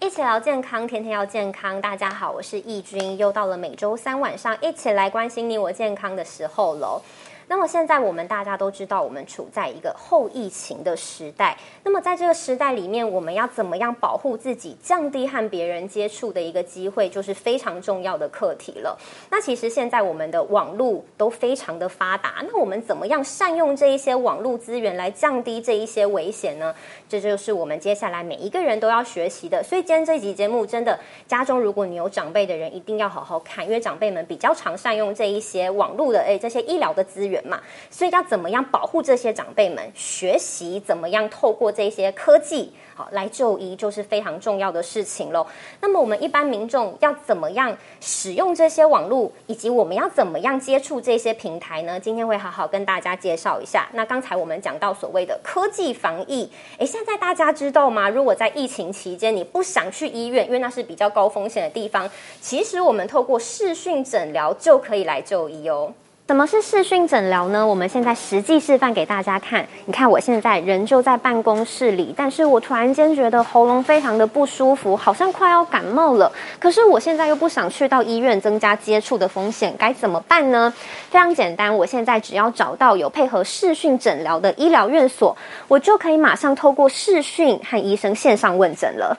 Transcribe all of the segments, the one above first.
一起聊健康，天天要健康。大家好，我是易君，又到了每周三晚上一起来关心你我健康的时候喽。那么现在我们大家都知道，我们处在一个后疫情的时代。那么在这个时代里面，我们要怎么样保护自己，降低和别人接触的一个机会，就是非常重要的课题了。那其实现在我们的网络都非常的发达，那我们怎么样善用这一些网络资源来降低这一些危险呢？这就是我们接下来每一个人都要学习的。所以今天这集节目真的，家中如果你有长辈的人，一定要好好看，因为长辈们比较常善用这一些网络的这些医疗的资源嘛，所以要怎么样保护这些长辈们，学习怎么样透过这些科技好来就医，就是非常重要的事情咯。那么我们一般民众要怎么样使用这些网络，以及我们要怎么样接触这些平台呢？今天会好好跟大家介绍一下。那刚才我们讲到所谓的科技防疫，现在大家知道吗？如果在疫情期间你不想去医院，因为那是比较高风险的地方，其实我们透过视讯诊疗就可以来就医哦。什么是视讯诊疗呢？我们现在实际示范给大家看。你看我现在人就在办公室里，但是我突然间觉得喉咙非常的不舒服，好像快要感冒了。可是我现在又不想去到医院增加接触的风险，该怎么办呢？非常简单，我现在只要找到有配合视讯诊疗的医疗院所，我就可以马上透过视讯和医生线上问诊了。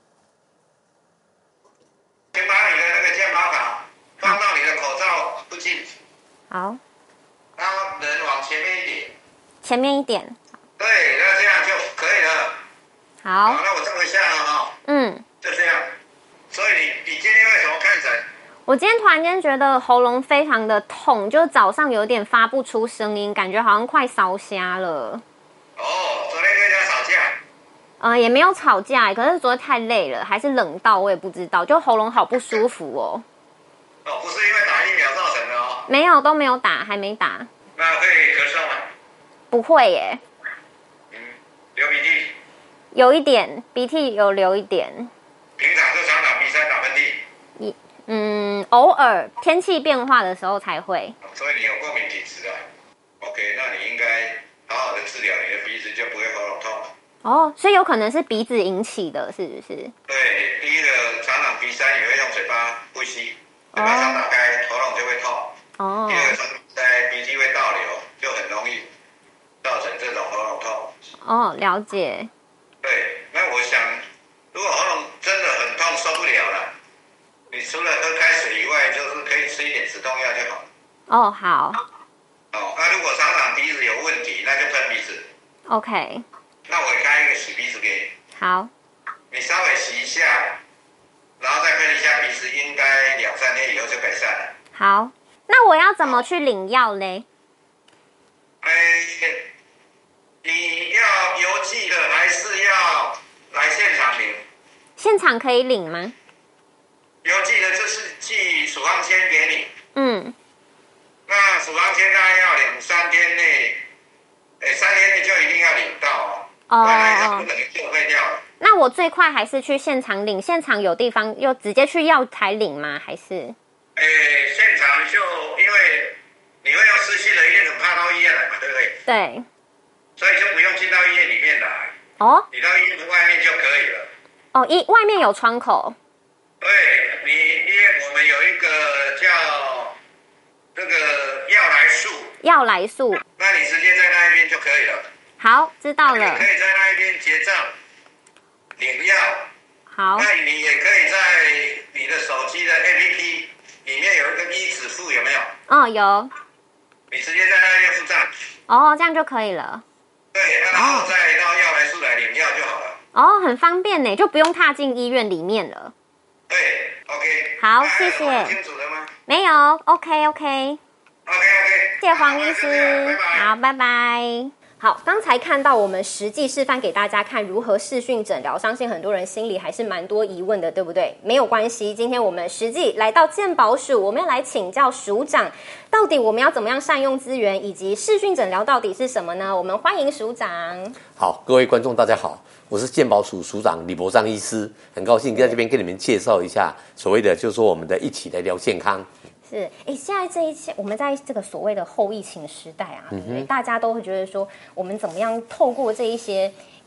先把你的那个健保卡放到你的口罩附近。 好， 然后人往前面一点， 前面一点， 对，那这样就可以了。 好， 那我照一下了哈。就这样。所以你今天为什么看诊？ 我今天突然间觉得喉咙非常的痛，就早上有点发不出声音，感觉好像快烧瞎了。 昨天跟人家吵架？ 也没有吵架，可是昨天太累了，还是冷到我也不知道，就喉咙好不舒服哦。 不是因为打疫苗造成的哦。 没有，都没有打，还没打。 那会咳嗽吗？ 不会耶。 流鼻涕？ 有一点，鼻涕有流一点。 平常就常打鼻塞、打喷嚏？偶尔天气变化的时候才会。 所以你有过敏体质啊 ？OK， 那你应该好好的治疗，你的鼻子就不会喉咙痛。 所以有可能是鼻子引起的，是不是？ 对，第一个常常鼻塞，你会用嘴巴呼吸，嘴巴常打开，喉咙就会痛。第二个常在鼻涕会倒流，就很容易造成这种喉咙痛。 了解。 对，那我想，如果喉咙真的很痛受不了了，你除了喝开水以外，就是可以吃一点止痛药就好。 好。 那如果常常鼻子有问题，那就喷鼻子。 OK。 那我开一个洗鼻子给你。 好。 你稍微洗一下，然后再喷一下鼻子，应该2-3天以后就改善了。 好，那我要怎么去领药嘞？ 你要邮寄的还是要来现场领？ 现场可以领吗？ 邮寄的就是寄处方签给你。那处方签大概要2-3天内，3天内就一定要领到不然它不等于就废掉了。 那我最快还是去现场领，现场有地方又直接去药台领吗？还是？ 现场就因为你会用视讯的，一定很怕到医院来嘛，对不对？对。所以就不用进到医院里面来。你到医院外面就可以了。 外面有窗口。 对，因为我们有一个叫这个药来素，那你直接在那一边就可以了。 好，知道了。 你可以在那一边结账领药。 好。 那你也可以在你的手机的 APP 里面有一个一指付，有没有？ 有。 你直接在那边付账。 这样就可以了。 对，然后再到药来素来领药就好了。 很方便呢，就不用踏进医院里面了。 对 ，OK。 好，谢谢。 清楚了吗？ 没有 ，OK。谢谢黄医师。好，拜拜。好，刚才看到我们实际示范给大家看如何视讯诊疗，相信很多人心里还是蛮多疑问的，对不对？没有关系，今天我们实际来到健保署，我们要来请教署长，到底我们要怎么样善用资源，以及视讯诊疗到底是什么呢？我们欢迎署长。 好，各位观众大家好，我是健保署署长李博章医师，很高兴在这边跟你们介绍一下所谓的就是说我们的一起来聊健康。 是，现在这一切，我们在这个所谓的后疫情时代啊，大家都会觉得说，我们怎么样透过这一些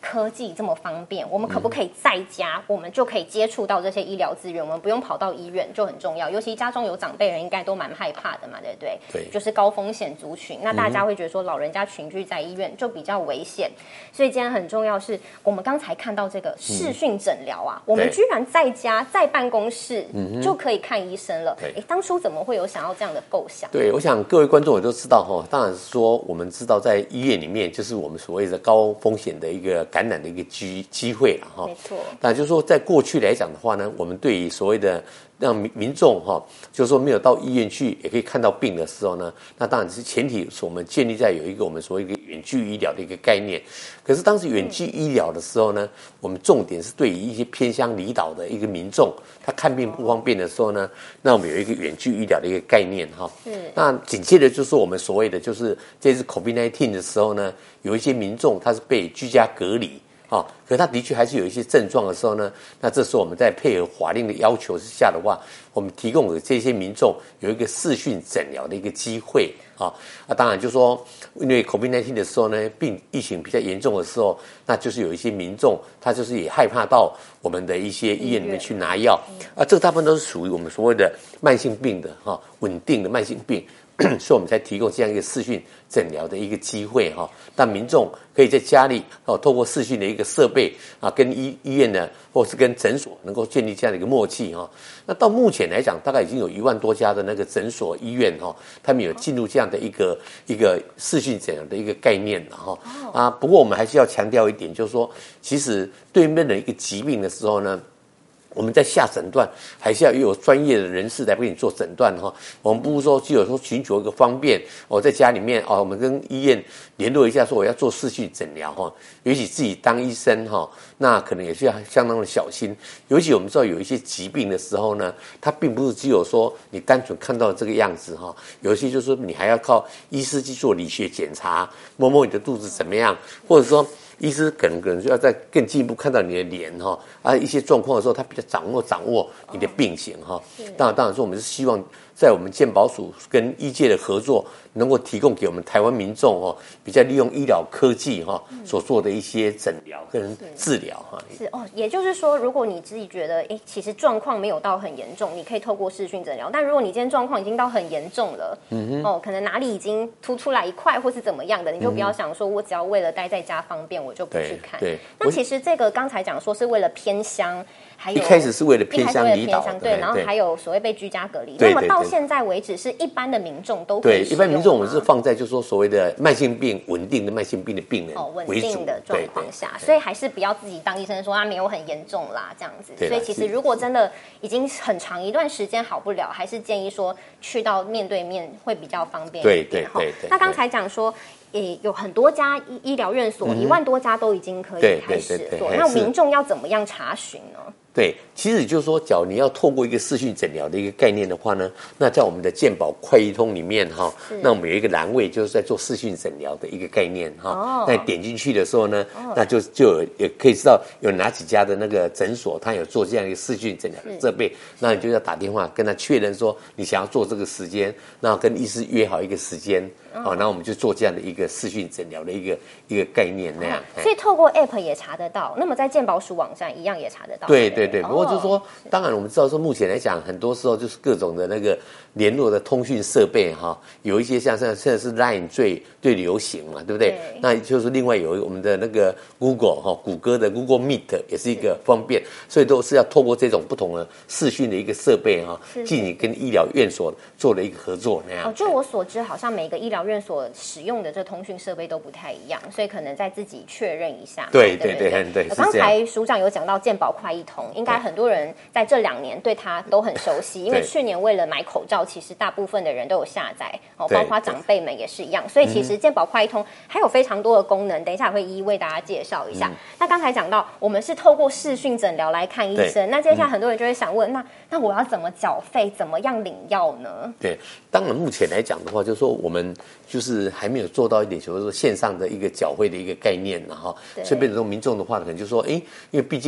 科技这么方便，我们可不可以在家，我们就可以接触到这些医疗资源，我们不用跑到医院就很重要。尤其家中有长辈人，应该都蛮害怕的嘛，对不对？ 对， 就是高风险族群，那大家会觉得说老人家群聚在医院就比较危险，所以今天很重要是我们刚才看到这个视讯诊疗啊，我们居然在家在办公室就可以看医生了。当初怎么会有想要这样的构想？ 对，我想各位观众也都知道哈，当然是说我们知道在医院里面就是我们所谓的高风险的一个感染的一个机会了哈。 没错。 那就是说在过去来讲的话呢，我们对于所谓的让民众哈，就是说没有到医院去也可以看到病的时候呢，那当然是前提是我们建立在有一个我们所谓一个远距医疗的一个概念。可是当时远距医疗的时候呢，我们重点是对于一些偏乡离岛的一个民众，他看病不方便的时候呢，那我们有一个远距医疗的一个概念哈。那紧接着就是我们所谓的就是这次 COVID-19 的时候呢，有一些民众他是被居家隔离。可是他的确还是有一些症状的时候呢，那这时候我们在配合法令的要求之下的话，我们提供给这些民众有一个视讯诊疗的一个机会当然就是说，因为 COVID-19 的时候呢，疫情比较严重的时候，那就是有一些民众他就是也害怕到我们的一些医院里面去拿药这个大部分都是属于我们所谓的慢性病的稳定的慢性病。所以我们才提供这样一个视讯诊疗的一个机会让民众可以在家里透过视讯的一个设备跟医院呢，或是跟诊所能够建立这样的一个默契那到目前来讲，大概已经有1万多家的那个诊所医院他们有进入这样的一个视讯诊疗的一个概念了不过我们还是要强调一点，就是说，其实对面的一个疾病的时候呢，我们在下诊断还是要有专业的人士来给你做诊断我们不是说只有说寻求一个方便在家里面我们跟医院联络一下说我要做视讯诊疗尤其自己当医生那可能也是要相当的小心。尤其我们知道有一些疾病的时候呢，它并不是只有说你单纯看到这个样子有一些就是说你还要靠医师去做理学检查，摸摸你的肚子怎么样，或者说医师可能就要再更进一步看到你的脸一些状况的时候，他比较掌握你的病情当然说我们是希望在我们健保署跟医界的合作，能够提供给我们台湾民众比较利用医疗科技所做的一些诊疗跟治疗是也就是说，如果你自己觉得其实状况没有到很严重，你可以透过视讯诊疗。但如果你今天状况已经到很严重了，可能哪里已经凸出来一块或是怎么样的，你就不要想说我只要为了待在家方便，我就不去看。 对， 那其实这个刚才讲说是为了偏乡。还有一开始是为了偏乡离岛， 对，然后还有所谓被居家隔离。那么到现在为止，是一般的民众都可以使用吗？ 对，一般民众我们是放在就是说所谓的慢性病、稳定的慢性病的病人为主稳定的状况下，所以还是不要自己当医生说他没有很严重啦这样子。所以其实如果真的已经很长一段时间好不了，还是建议说去到面对面会比较方便一点。对。那刚才讲说。有很多家医疗院所，1万多家都已经可以开始做。那民众要怎么样查询呢？ 对，其实就是说，假如你要透过一个视讯诊疗的一个概念的话呢，那在我们的健保快医通里面那我们有一个栏位就是在做视讯诊疗的一个概念那点进去的时候呢，那就也可以知道有哪几家的那个诊所，他有做这样一个视讯诊疗的设备，那你就要打电话跟他确认说你想要做这个时间，那跟医师约好一个时间然后我们就做这样的一个视讯诊疗的一个概念那样。 所以透过 App 也查得到，那么在健保署网站一样也查得到。 对。不过就是说，当然我们知道说，目前来讲，很多时候就是各种的那个联络的通讯设备有一些像现在是 Line 最流行嘛，对不对？那就是另外有我们的那个 Google 谷歌的 Google Meet 也是一个方便，所以都是要透过这种不同的视讯的一个设备进行跟医疗院所做的一个合作那样。 据我所知，好像每个医疗院所使用的这通讯设备都不太一样，所以可能再自己确认一下。 对。 刚才署长有讲到健保快医通，应该很多人在这2年对它都很熟悉，因为去年为了买口罩，其实大部分的人都有下载包括长辈们也是一样。所以其实健保快医通还有非常多的功能，等一下也会一一为大家介绍一下。那刚才讲到，我们是透过视讯诊疗来看医生，那接下来很多人就会想问，那我要怎么缴费，怎么样领药呢？对， 当然目前来讲的话，就是说我们就是还没有做到一点，就是说线上的一个缴费的一个概念所以变成说民众的话，可能就说，因为毕竟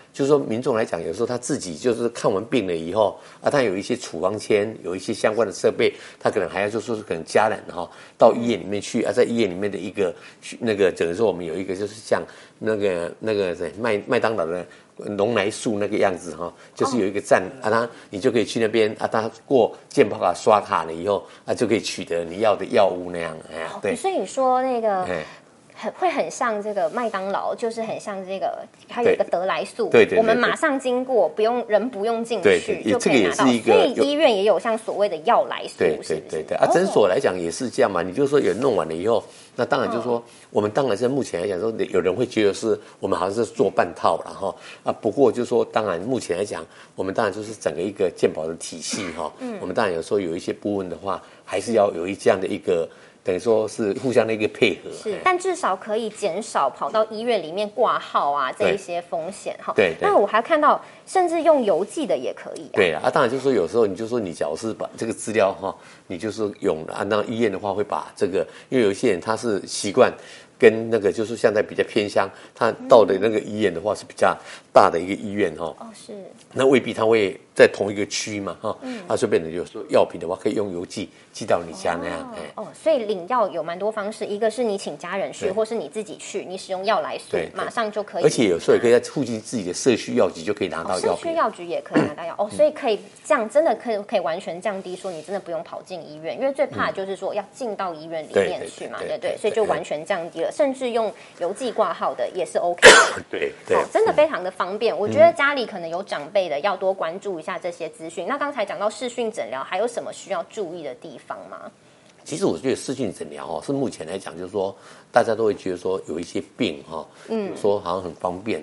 就是说民众来讲，有时候他自己就是看完病了以后啊，他有一些处方签，有一些相关的设备，他可能还要就说是可能家人到医院里面去啊，在医院里面的一个那个，等于说我们有一个就是像那个麦当劳的龙来树那个样子就是有一个站你就可以去那边啊，他过健保卡刷卡了以后啊，就可以取得你要的药物那样。对， 所以你说那个。会很像这个麦当劳，就是很像这个，它有一个得来速， 对， 我们马上经过，人不用进去就可以拿到。 这个也是一个， 所以医院也有像所谓的药来速， 对诊所来讲也是这样嘛。你就说有弄完了以后，那当然就是说，我们当然是目前来讲说，有人会觉得是我们好像是做半套了不过就是说，当然目前来讲，我们当然就是整个一个健保的体系我们当然有时候有一些部分的话，还是要有这样的一个。等于说是互相的一个配合， 但至少可以减少跑到医院里面挂号这一些风险对。 那我还看到，甚至用邮寄的也可以。 对当然就是说有时候你就说你假如是把这个资料你就是用那医院的话会把这个，因为有一些人他是习惯。跟那个就是现在比较偏乡，他到的那个医院的话是比较大的一个医院是。 那未必他会在同一个区嘛所以变成有时候药品的话可以用邮寄到你家那样所以领药有蛮多方式，一个是你请家人去，或是你自己去，你使用药来速，马上就可以。 而且有时候也可以在附近自己的社区药局就可以拿到药品。 社区药局也可以拿到药所以可以这样，真的可以完全降低说你真的不用跑进医院，因为最怕的就是说要进到医院里面去嘛，对，所以就完全降低了。甚至用邮寄挂号的也是 OK 的。 对， 真的非常的方便。我觉得家里可能有长辈的，要多关注一下这些资讯。那刚才讲到视讯诊疗，还有什么需要注意的地方吗？ 其实我觉得视讯诊疗是目前来讲，就是说大家都会觉得说有一些病说好像很方便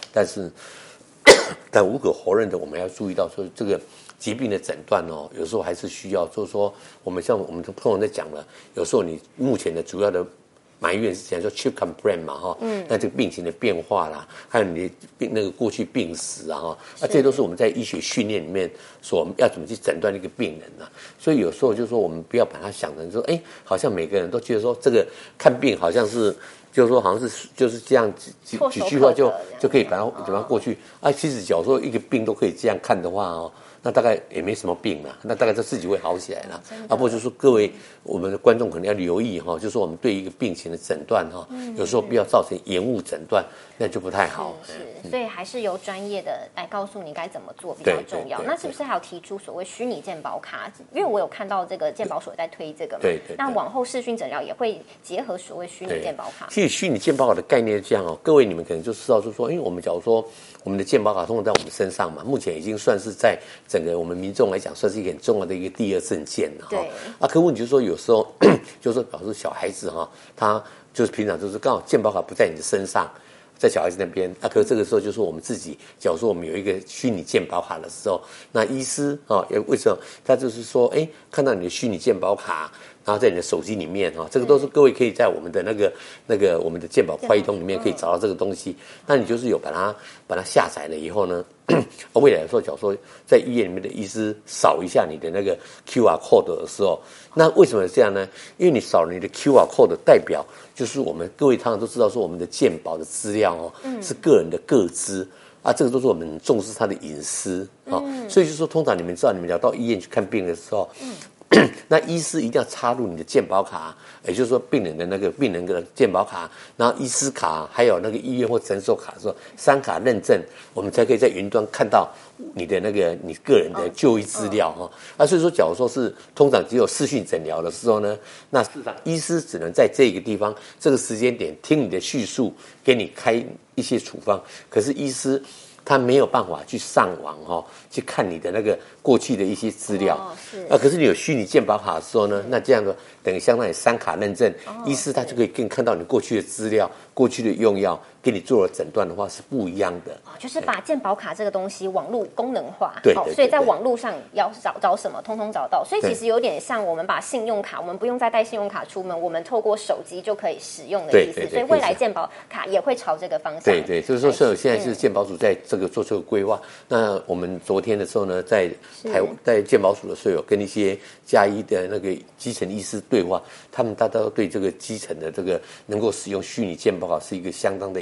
但无可否认的，我们要注意到说这个疾病的诊断有时候还是需要，就是说我们像我们通常在讲了，有时候你目前的主要的埋怨是讲说 chief complaint 嘛那这个病情的变化啦，还有你的那个过去病史这些都是我们在医学训练里面所要怎么去诊断一个病人所以有时候就是说我们不要把它想成说好像每个人都觉得说这个看病好像是就是说好像是就是这样几句话就可以把它怎么过去其实假如说一个病都可以这样看的话那大概也没什么病了，那大概就自己会好起来了。不过就是说各位我们的观众可能要留意就是说我们对一个病情的诊断有时候不要造成延误诊断，那就不太好。 所以还是由专业的来告诉你该怎么做比较重要。那是不是还有提出所谓虚拟健保卡？因为我有看到这个健保所在推这个嘛。对。那往后视讯诊疗也会结合所谓虚拟健保卡。 其实虚拟健保卡的概念是这样各位你们可能就知道，就是说，因为我们假如说我们的健保卡通常在我们身上嘛，目前已经算是在整个我们民众来讲，算是一个很重要的一个第二证件了可问题就是说，有时候就是说，表示小孩子他就是平常就是刚好健保卡不在你的身上，在小孩子那边可是这个时候就是我们自己，假如说我们有一个虚拟健保卡的时候，那医师为什么他就是说，看到你的虚拟健保卡，然后在你的手机里面这个都是各位可以在我们的那个我们的健保快易通里面可以找到这个东西，那你就是有把它下载了以后呢，未来的时候，假如说在医院里面的医师扫一下你的那个 QR code 的时候，那为什么这样呢？因为你扫了你的 QR code 代表就是我们各位常常都知道说我们的健保的资料是个人的个资这个都是我们很重视他的隐私所以就是说通常你们知道你们要到医院去看病的时候那医师一定要插入你的健保卡，也就是说病人的那个病人的健保卡，然后医师卡，还有那个医院或诊所卡的时候，3卡认证，我们才可以在云端看到你的那个你个人的就医资料所以说假如说是通常只有视讯诊疗的时候呢，那事实上医师只能在这个地方这个时间点听你的叙述，给你开一些处方，可是医师他没有办法去上网去看你的那个过去的一些资料可是你有虚拟健保卡的时候呢，那这样的等于相当于3卡认证医师他就可以给你看到你过去的资料，过去的用药，给你做了诊断的话是不一样的就是把健保卡这个东西网络功能化对所以在网络上要找什么通通找到，所以其实有点像我们把信用卡，我们不用再带信用卡出门，我们透过手机就可以使用的意思所以未来健保卡也会朝这个方向对就是说现在是健保署在这个做这个规划那我们昨天的时候呢在健保署的时候有跟一些嘉义的那个基层医师对话，他们大家都对这个基层的这个能够使用虚拟健保卡是一个相当的一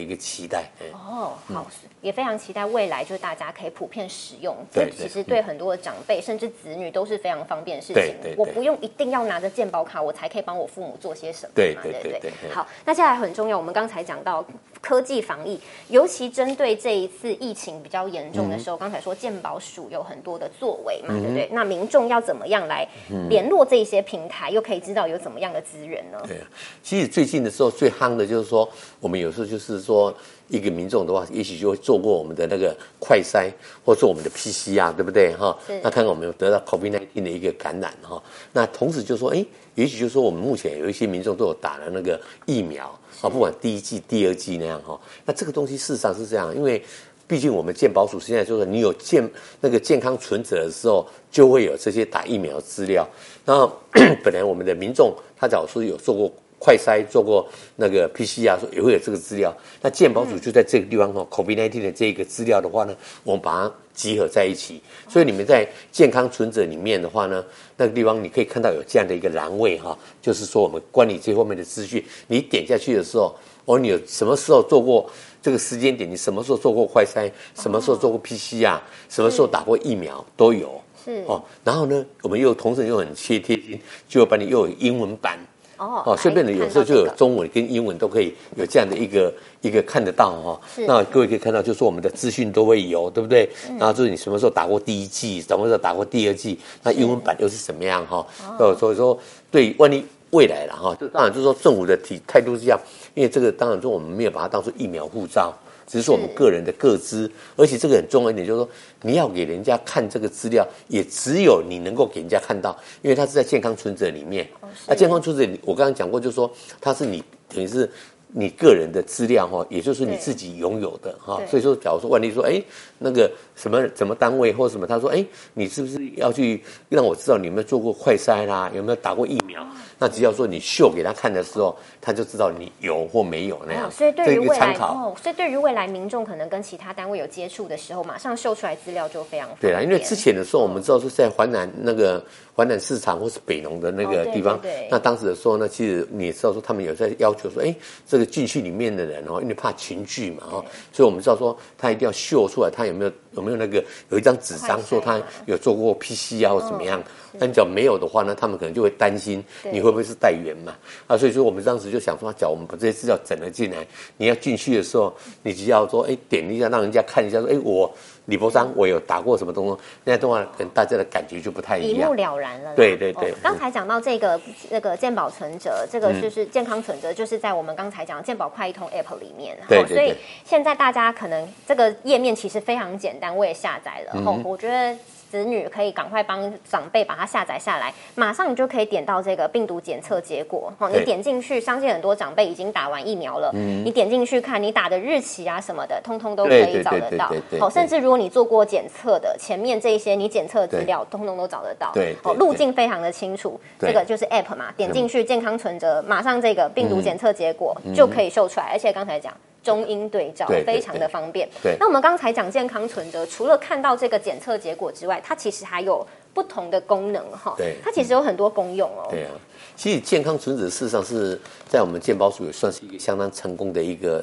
个期待。 好，也非常期待未来就是大家可以普遍使用。 对， 其实对很多的长辈甚至子女都是非常方便的事情。 对， 我不用一定要拿着健保卡，我才可以帮我父母做些什么嘛。 对。 好，那接下来很重要，我们刚才讲到科技防疫，尤其针对这一次疫情比较严重的时候，刚才说健保署有很多的作为嘛，对不对？那民众要怎么样来联络这些平台，又可以知道有怎么样的资源呢？ 对啊，其实最近的时候最夯的就是说，我们有时候就是说，一个民众的话，也许就会做过我们的那个快筛，或做我们的 PCR， 对不对哈？那看看我们有得到 COVID-19 的一个感染哈。那同时就说，也许就是说我们目前有一些民众都有打了那个疫苗啊，不管第一剂、第二剂那样哈。那这个东西事实上是这样，因为毕竟我们健保署现在就是你有那个健康存折的时候，就会有这些打疫苗资料。然后本来我们的民众他假如说有做过快筛，做过那个 PCR， 说也会有这个资料。那健保署就在这个地方COVID-19 的这个资料的话呢，我们把它集合在一起。所以你们在健康存折里面的话呢，那个地方你可以看到有这样的一个栏位就是说我们管理这方面的资讯。你点下去的时候，你有什么时候做过这个时间点，你什么时候做过快筛，什么时候做过 PCR， 什么时候打过疫苗都有。然后呢，我们又同时又很贴心，就把你又有英文版。顺便的有时候就有中文跟英文都可以有这样的一个看得到那各位可以看到，就是我们的资讯都会有，对不对？然后就是你什么时候打过第一剂，什么时候打过第二剂，那英文版又是什么样所以说对万一未来了当然就是说政府的态度是这样，因为这个当然说我们没有把它当作疫苗护照。只是说我们个人的个资，而且这个很重要一点，就是说你要给人家看这个资料，也只有你能够给人家看到，因为它是在健康存折里面。那健康存折我刚刚讲过，就是说它是你等于是你个人的资料也就是你自己拥有的所以说假如说万一说那个什么单位或什么，他说你是不是要去让我知道你有没有做过快筛啦，有没有打过疫苗？那只要说你秀给他看的时候，他就知道你有或没有那样。 所以对于未来民众可能跟其他单位有接触的时候，马上秀出来资料就非常方便。 对啦，因为之前的时候我们知道是在环南市场或是北农的那个地方，那当时的时候呢，其实你也知道说他们有在要求说，这个进去里面的人因为怕群聚嘛所以我们知道说他一定要秀出来他有没有那个有一张纸张说他有做过 PCR 或怎么样。那你只要没有的话呢，他们可能就会担心你会不会是带源嘛所以说我们当时就想说，假如我们把这些资料整了进来，你要进去的时候，你只要说点一下，让人家看一下说我李博章我有打过什么东西，那的话跟大家的感觉就不太一样， 一目了然了。 对刚才讲到那个健保存折，这个就是健康存折，就是在我们刚才讲的健保快易通 App 里面。 对所以现在大家可能这个页面其实非常简单，我也下载了我觉得子女可以赶快帮长辈把它下载下来，马上你就可以点到这个病毒检测结果你点进去，相信很多长辈已经打完疫苗了你点进去看你打的日期啊什么的，通通都可以找得到甚至如果你做过检测的，前面这些你检测资料通通都找得到路径非常的清楚。这个就是 App 嘛，点进去健康存折，马上这个病毒检测结果就可以秀出来而且刚才讲中英对照，非常的方便。那我们刚才讲健康存折，除了看到这个检测结果之外，它其实还有不同的功能它其实有很多功用对啊，其实健康存折事实上是在我们健保署也算是一个相当成功的一个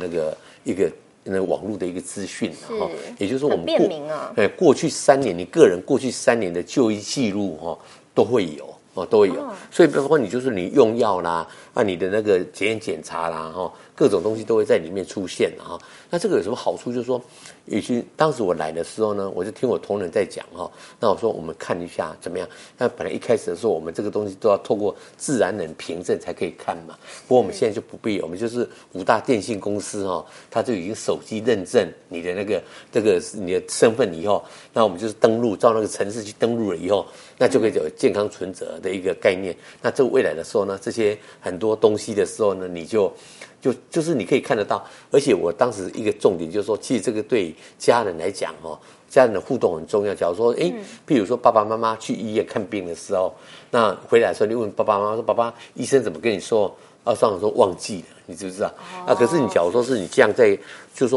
网络的一个资讯也就是说我们很便民过去3年你个人过去3年的就医记录都会有。都会有所以包括你就是你用药啦你的那个检验检查啦各种东西都会在里面出现那这个有什么好处？就是说也许当时我来的时候呢，我就听我同仁在讲那我说我们看一下怎么样。那本来一开始的时候我们这个东西都要透过自然人凭证才可以看嘛，不过我们现在就不必，我们就是5大电信公司它就已经手机认证你的那个你的身份以后，那我们就是登录照那个程式去登录了以后，那就可以有健康存折的一个概念。那这个未来的时候呢，这些很多东西的时候呢，你就是你可以看得到。而且我当时一个重点就是说，其实这个对家人来讲家人的互动很重要。假如说譬如说爸爸妈妈去医院看病的时候，那回来的时候你问爸爸妈妈说，爸爸医生怎么跟你说？上说忘记了，你知不知道可是你假如说是你这样在就是说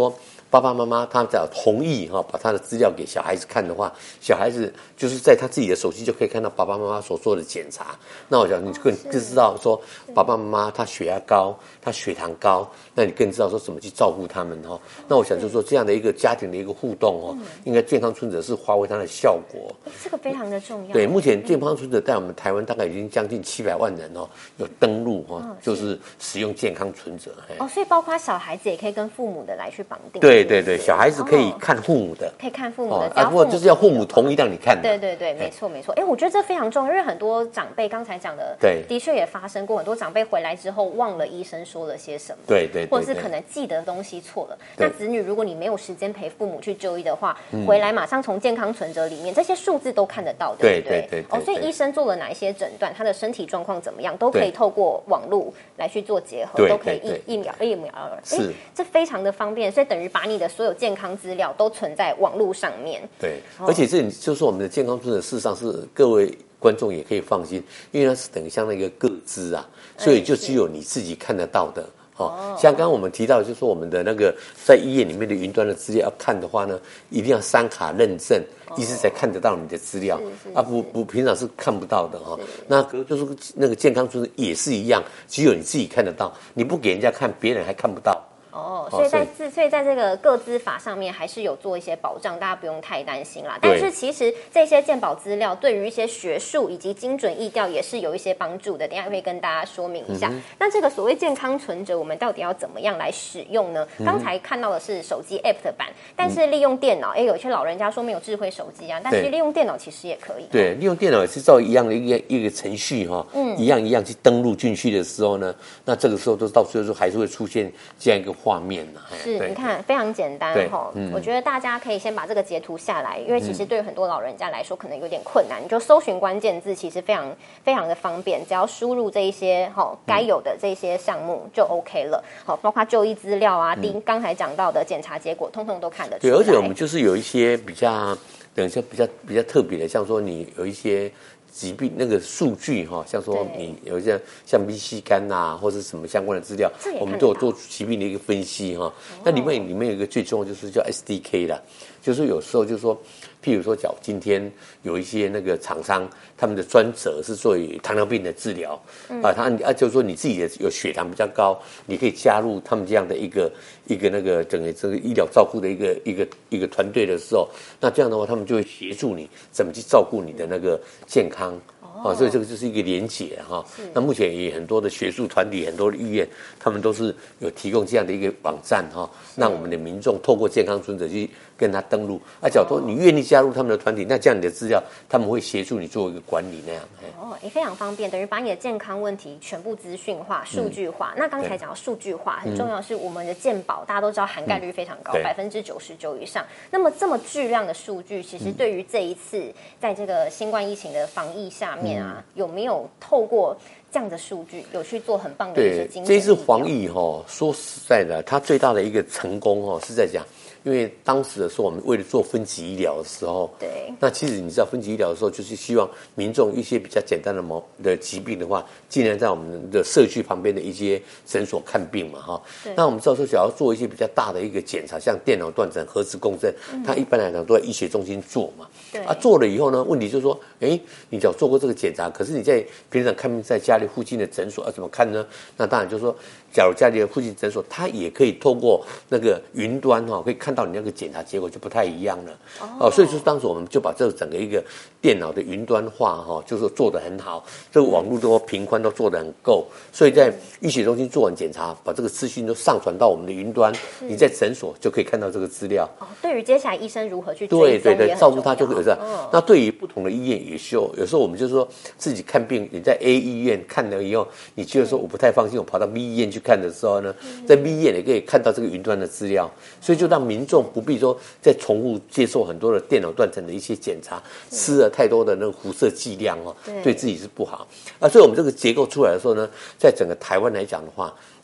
爸爸妈妈他只要同意把他的资料给小孩子看的话，小孩子就是在他自己的手机就可以看到爸爸妈妈所做的检查。那我想你更知道说爸爸妈妈他血压高，他血糖高，那你更知道说怎么去照顾他们那我想就是说这样的一个家庭的一个互动应该健康存折是发挥它的效果。 这个非常的重要。 对，目前健康存折在我们台湾大概已经将近700万人有登录就是使用健康存折。 所以包括小孩子也可以跟父母的来去绑定。 对，小孩子可以看父母的， 可以看父母的， 不过就是要父母同意让你看的。 对，没错。我觉得这非常重要，因为很多长辈刚才讲的，的确也发生过，很多长辈回来之后忘了医生说了些什么， 对， 或者是可能记得东西错了。那子女如果你没有时间陪父母去就医的话，回来马上从健康存折里面这些数字都看得到，对不对？所以医生做了哪一些诊断，他的身体状况怎么样，都可以透过网络来去做结合，都可以一秒。 是， 这非常的方便，所以等于把你的所有健康资料都存在网络上面。 对，而且这就是我们的健康存折，事实上是各位观众也可以放心，因为它是等于像那个个资所以就只有你自己看得到的。像刚刚我们提到，就是说我们的那个在医院里面的云端的资料要看的话呢，一定要3卡认证，医师才看得到你的资料不平常是看不到的那就是那个健康存折也是一样，只有你自己看得到，你不给人家看，别人还看不到。 所以在这个个资法上面还是有做一些保障，大家不用太担心啦。但是其实这些健保资料对于一些学术以及精准疫调也是有一些帮助的，等一下会跟大家说明一下。那这个所谓健康存折，我们到底要怎么样来使用呢？刚才看到的是手机 App 的版，但是利用电脑，有些老人家说没有智慧手机但是利用电脑其实也可以。 对，利用电脑也是照一样的一个程序一样去登录进去的时候呢，那这个时候都到最后还是会出现这样一个画面是，你看非常简单我觉得大家可以先把这个截图下来，因为其实对于很多老人家来说可能有点困难，你就搜寻关键字，其实非常非常的方便，只要输入这一些该有的这些项目就 OK 了。包括就医资料刚才讲到的检查结果，通通都看得出来。 对，而且我们就是有一些比较特别的，像说你有一些疾病那个数据像说你有一些像 B 细肝或者什么相关的资料，我们都有做疾病的一个分析那里面有一个最重要就是叫 SDK 啦，就是有时候就是说，譬如说今天有一些那个厂商，他们的专责是作为糖尿病的治疗就是说你自己的有血糖比较高，你可以加入他们这样的一个那个整个这个医疗照顾的一个团队的时候，那这样的话他们就会协助你怎么去照顾你的那个健康。所以这个就是一个连结那目前也很多的学术团体、很多的医院，他们都是有提供这样的一个网站让我们的民众透过健康存折去跟他登录假如说你愿意加入他们的团体，那这样你的资料他们会协助你做一个管理那样也非常方便，等于把你的健康问题全部资讯化、数据化。那刚才讲到数据化很重要，是我们的健保大家都知道涵盖率非常高，99%以上。那么这么巨量的数据，其实对于这一次在这个新冠疫情的防疫下面有没有透过这样的数据有去做很棒的一些精准？ 这一次防疫说实在的，它最大的一个成功是在讲，因为当时的时候我们为了做分级医疗的时候，那其实你知道分级医疗的时候，就是希望民众一些比较简单的疾病的话，尽量在我们的社区旁边的一些诊所看病嘛那我们知道说，只要做一些比较大的一个检查，像电脑断层、核磁共振，它一般来讲都在医学中心做嘛。做了以后呢，问题就是说，你只要做过这个检查，可是你在平常看病在家里附近的诊所怎么看呢？那当然就是说，假如家里的附近诊所，它也可以透过那个云端可以看到你那个检查结果就不太一样了所以说当时我们就把这整个一个电脑的云端化就是做得很好，这个网络都频宽都做得很够，所以在医学中心做完检查，把这个资讯都上传到我们的云端，你在诊所就可以看到这个资料对于接下来医生如何去追踪对照顾他就会有这样那对于不同的医院也有时候我们就是说自己看病，你在 A 医院看了以后，你觉得说我不太放心，我跑到 B 医院去看的时候呢，在 B 医院也可以看到这个云端的资料，所以就让民众不必说再重复接受很多的电脑断层的一些检查，吃了太多的那个辐射剂量对自己是不好所以我们这个结构出来的时候呢，在整个台湾来讲的话，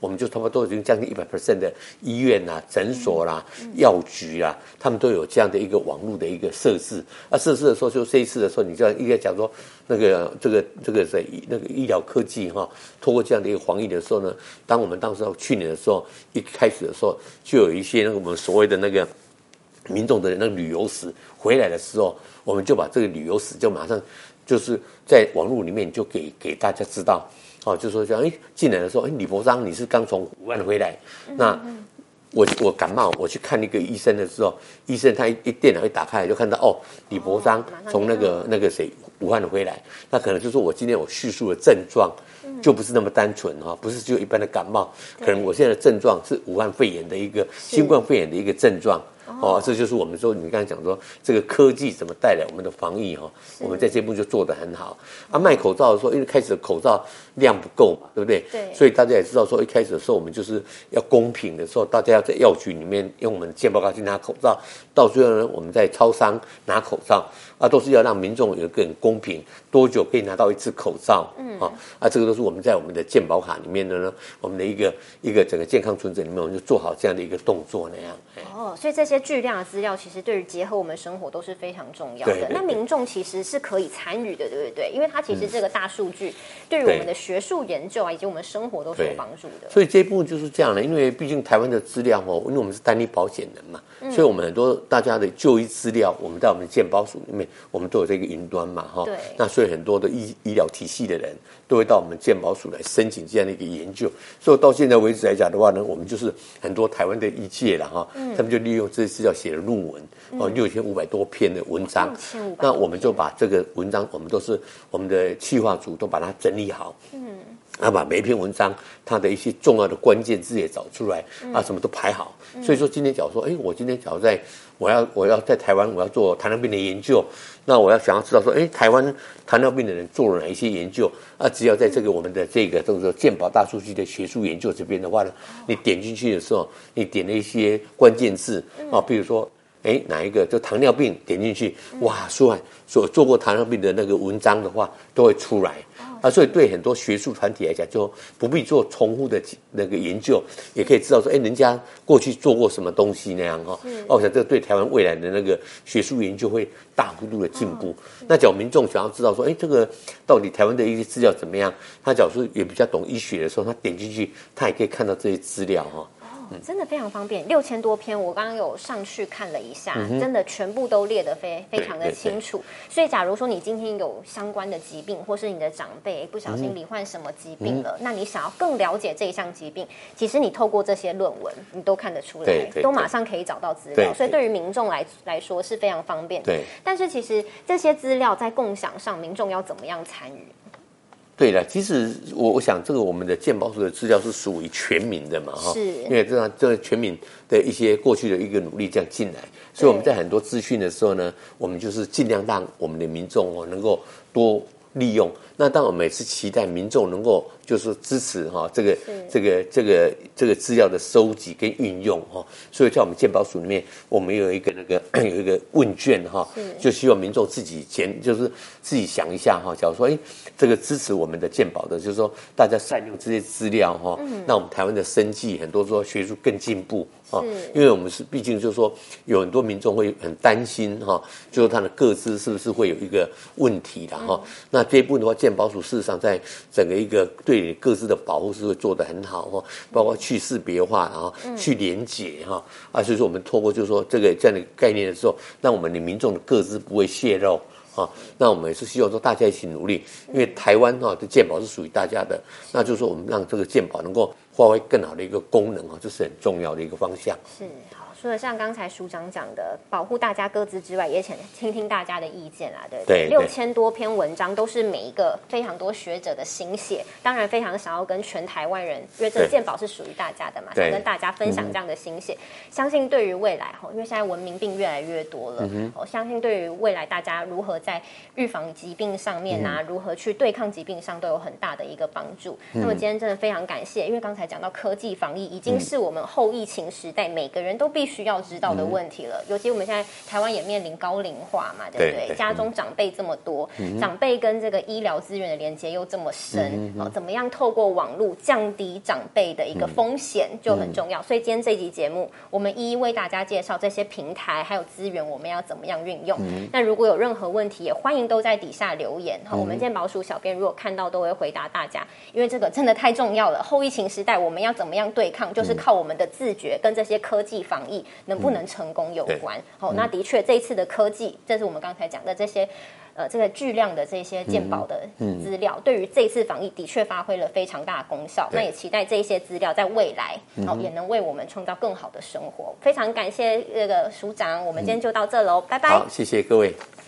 我们就差不多已经将近100%的医院啦、诊所啦、药局啦，他们都有这样的一个网络的一个设置。设置的时候，就这一次的时候，你就应该讲说，那个谁，那个医疗科技透过这样的一个防疫的时候呢，当我们当时去年的时候，一开始的时候，就有一些那个我们所谓的那个民众的那个旅游史回来的时候，我们就把这个旅游史就马上就是在网络里面就给大家知道。就说这样，进来的时候，李博章你是刚从武汉回来，那我感冒，我去看那个医生的时候，医生他电脑一打开就看到李博章从那个谁武汉回来，那可能就是我今天我叙述的症状就不是那么单纯不是就一般的感冒，可能我现在的症状是武汉肺炎的一个新冠肺炎的一个症状。这就是我们说，你刚才讲说这个科技怎么带来我们的防疫我们在这部就做得很好。卖口罩的时候，因为开始的口罩量不够嘛，对不对？ 对。 所以大家也知道说，一开始的时候我们就是要公平的时候，大家要在药局里面用我们的健保卡去拿口罩，到最后呢，我们在超商拿口罩都是要让民众有一个很公平，多久可以拿到一次口罩？这个都是我们在我们的健保卡里面的呢，我们的一个整个健康存折里面，我们就做好这样的一个动作那样。 所以这些巨量的资料，其实对于结合我们生活都是非常重要的。 对。 那民众其实是可以参与的，对不对？因为它其实这个大数据对于我们的学术研究以及我们生活都是有帮助的。 所以这一部就是这样的，因为毕竟台湾的资料因为我们是单一保险人嘛，所以我们很多大家的就医资料，我们在我们的健保署里面，我们都有这个云端嘛， 对。 那所以很多的医疗体系的人都会到我们健保署来申请这样的一个研究。所以到现在为止来讲的话呢，我们就是很多台湾的医界啦他们就利用这些资料写了论文6500多篇的文章，那我们就把这个文章，我们都是我们的企划组都把它整理好，然后把每一篇文章它的一些重要的关键字也找出来什么都排好。所以说今天假如说，我今天假如我要在台湾我要做糖尿病的研究，那我要想要知道说，台湾糖尿病的人做了哪一些研究只要在这个我们的这个健保大数据的学术研究这边的话呢，你点进去的时候，你点了一些关键字比如说哪一个就糖尿病，点进去哇，所做过糖尿病的那个文章的话都会出来所以对很多学术团体来讲，就不必做重复的那个研究，也可以知道说人家过去做过什么东西那样我想这对台湾未来的那个学术研究会大幅度的进步。那假如民众想要知道说这个到底台湾的一些资料怎么样，他假如说也比较懂医学的时候，他点进去他也可以看到这些资料真的非常方便，6000多篇，我刚刚有上去看了一下，真的全部都列得非常的清楚。所以假如说你今天有相关的疾病，或是你的长辈不小心罹患什么疾病了，那你想要更了解这一项疾病，其实你透过这些论文你都看得出来，都马上可以找到资料，所以对于民众来说是非常方便的。但是其实这些资料在共享上，民众要怎么样参与？ 对了，其实我想这个我们的健保署的资料是属于全民的嘛因为这全民的一些过去的一个努力这样进来，所以我们在很多资讯的时候呢，我们就是尽量让我们的民众能够多利用。那当我们也是期待民众能够就是支持这个资料的收集跟运用所以在我们健保署里面，我们有一个有一个问卷就希望民众自己就是自己想一下假如说这个支持我们的健保的，就是说大家善用这些资料让我们台湾的生计很多说学术更进步因为我们是毕竟就是说有很多民众会很担心就是他的个资是不是会有一个问题的那这一部分的话，健保署事实上在整个一个对你个资的保护是会做得很好包括去识别化去连结所以说我们透过就是说这样的概念的时候，让我们的民众的个资不会泄露那我们也是希望说大家一起努力，因为台湾的健保是属于大家的，那就是说我们让这个健保能够发挥更好的一个功能这是很重要的一个方向。 是好，除了像刚才署长讲的保护大家个资之外，也请听听大家的意见啦，对不对？6000多篇文章都是每一个非常多学者的心血，当然非常想要跟全台湾人，因为这个健保是属于大家的嘛，想跟大家分享这样的心血。相信对于未来因为现在文明病越来越多了，相信对于未来大家如何在预防疾病上面如何去对抗疾病上都有很大的一个帮助。那么今天真的非常感谢，因为刚才讲到科技防疫已经是我们后疫情时代每个人都必须须要知道的问题了。尤其我们现在台湾也面临高龄化嘛，对不对？家中长辈这么多，长辈跟这个医疗资源的连接又这么深，怎么样透过网络降低长辈的一个风险就很重要。所以今天这集节目，我们一一为大家介绍这些平台还有资源，我们要怎么样运用。那如果有任何问题，也欢迎都在底下留言。我们今天毛鼠小编如果看到都会回答大家，因为这个真的太重要了。后疫情时代，我们要怎么样对抗，就是靠我们的自觉跟这些科技防疫能不能成功有关。那的确这一次的科技，这是我们刚才讲的这些这个巨量的这些健保的资料，对于这一次防疫的确发挥了非常大的功效。那也期待这一些资料在未来也能为我们创造更好的生活。非常感谢这个署长，我们今天就到这喽，拜拜。 好，谢谢各位。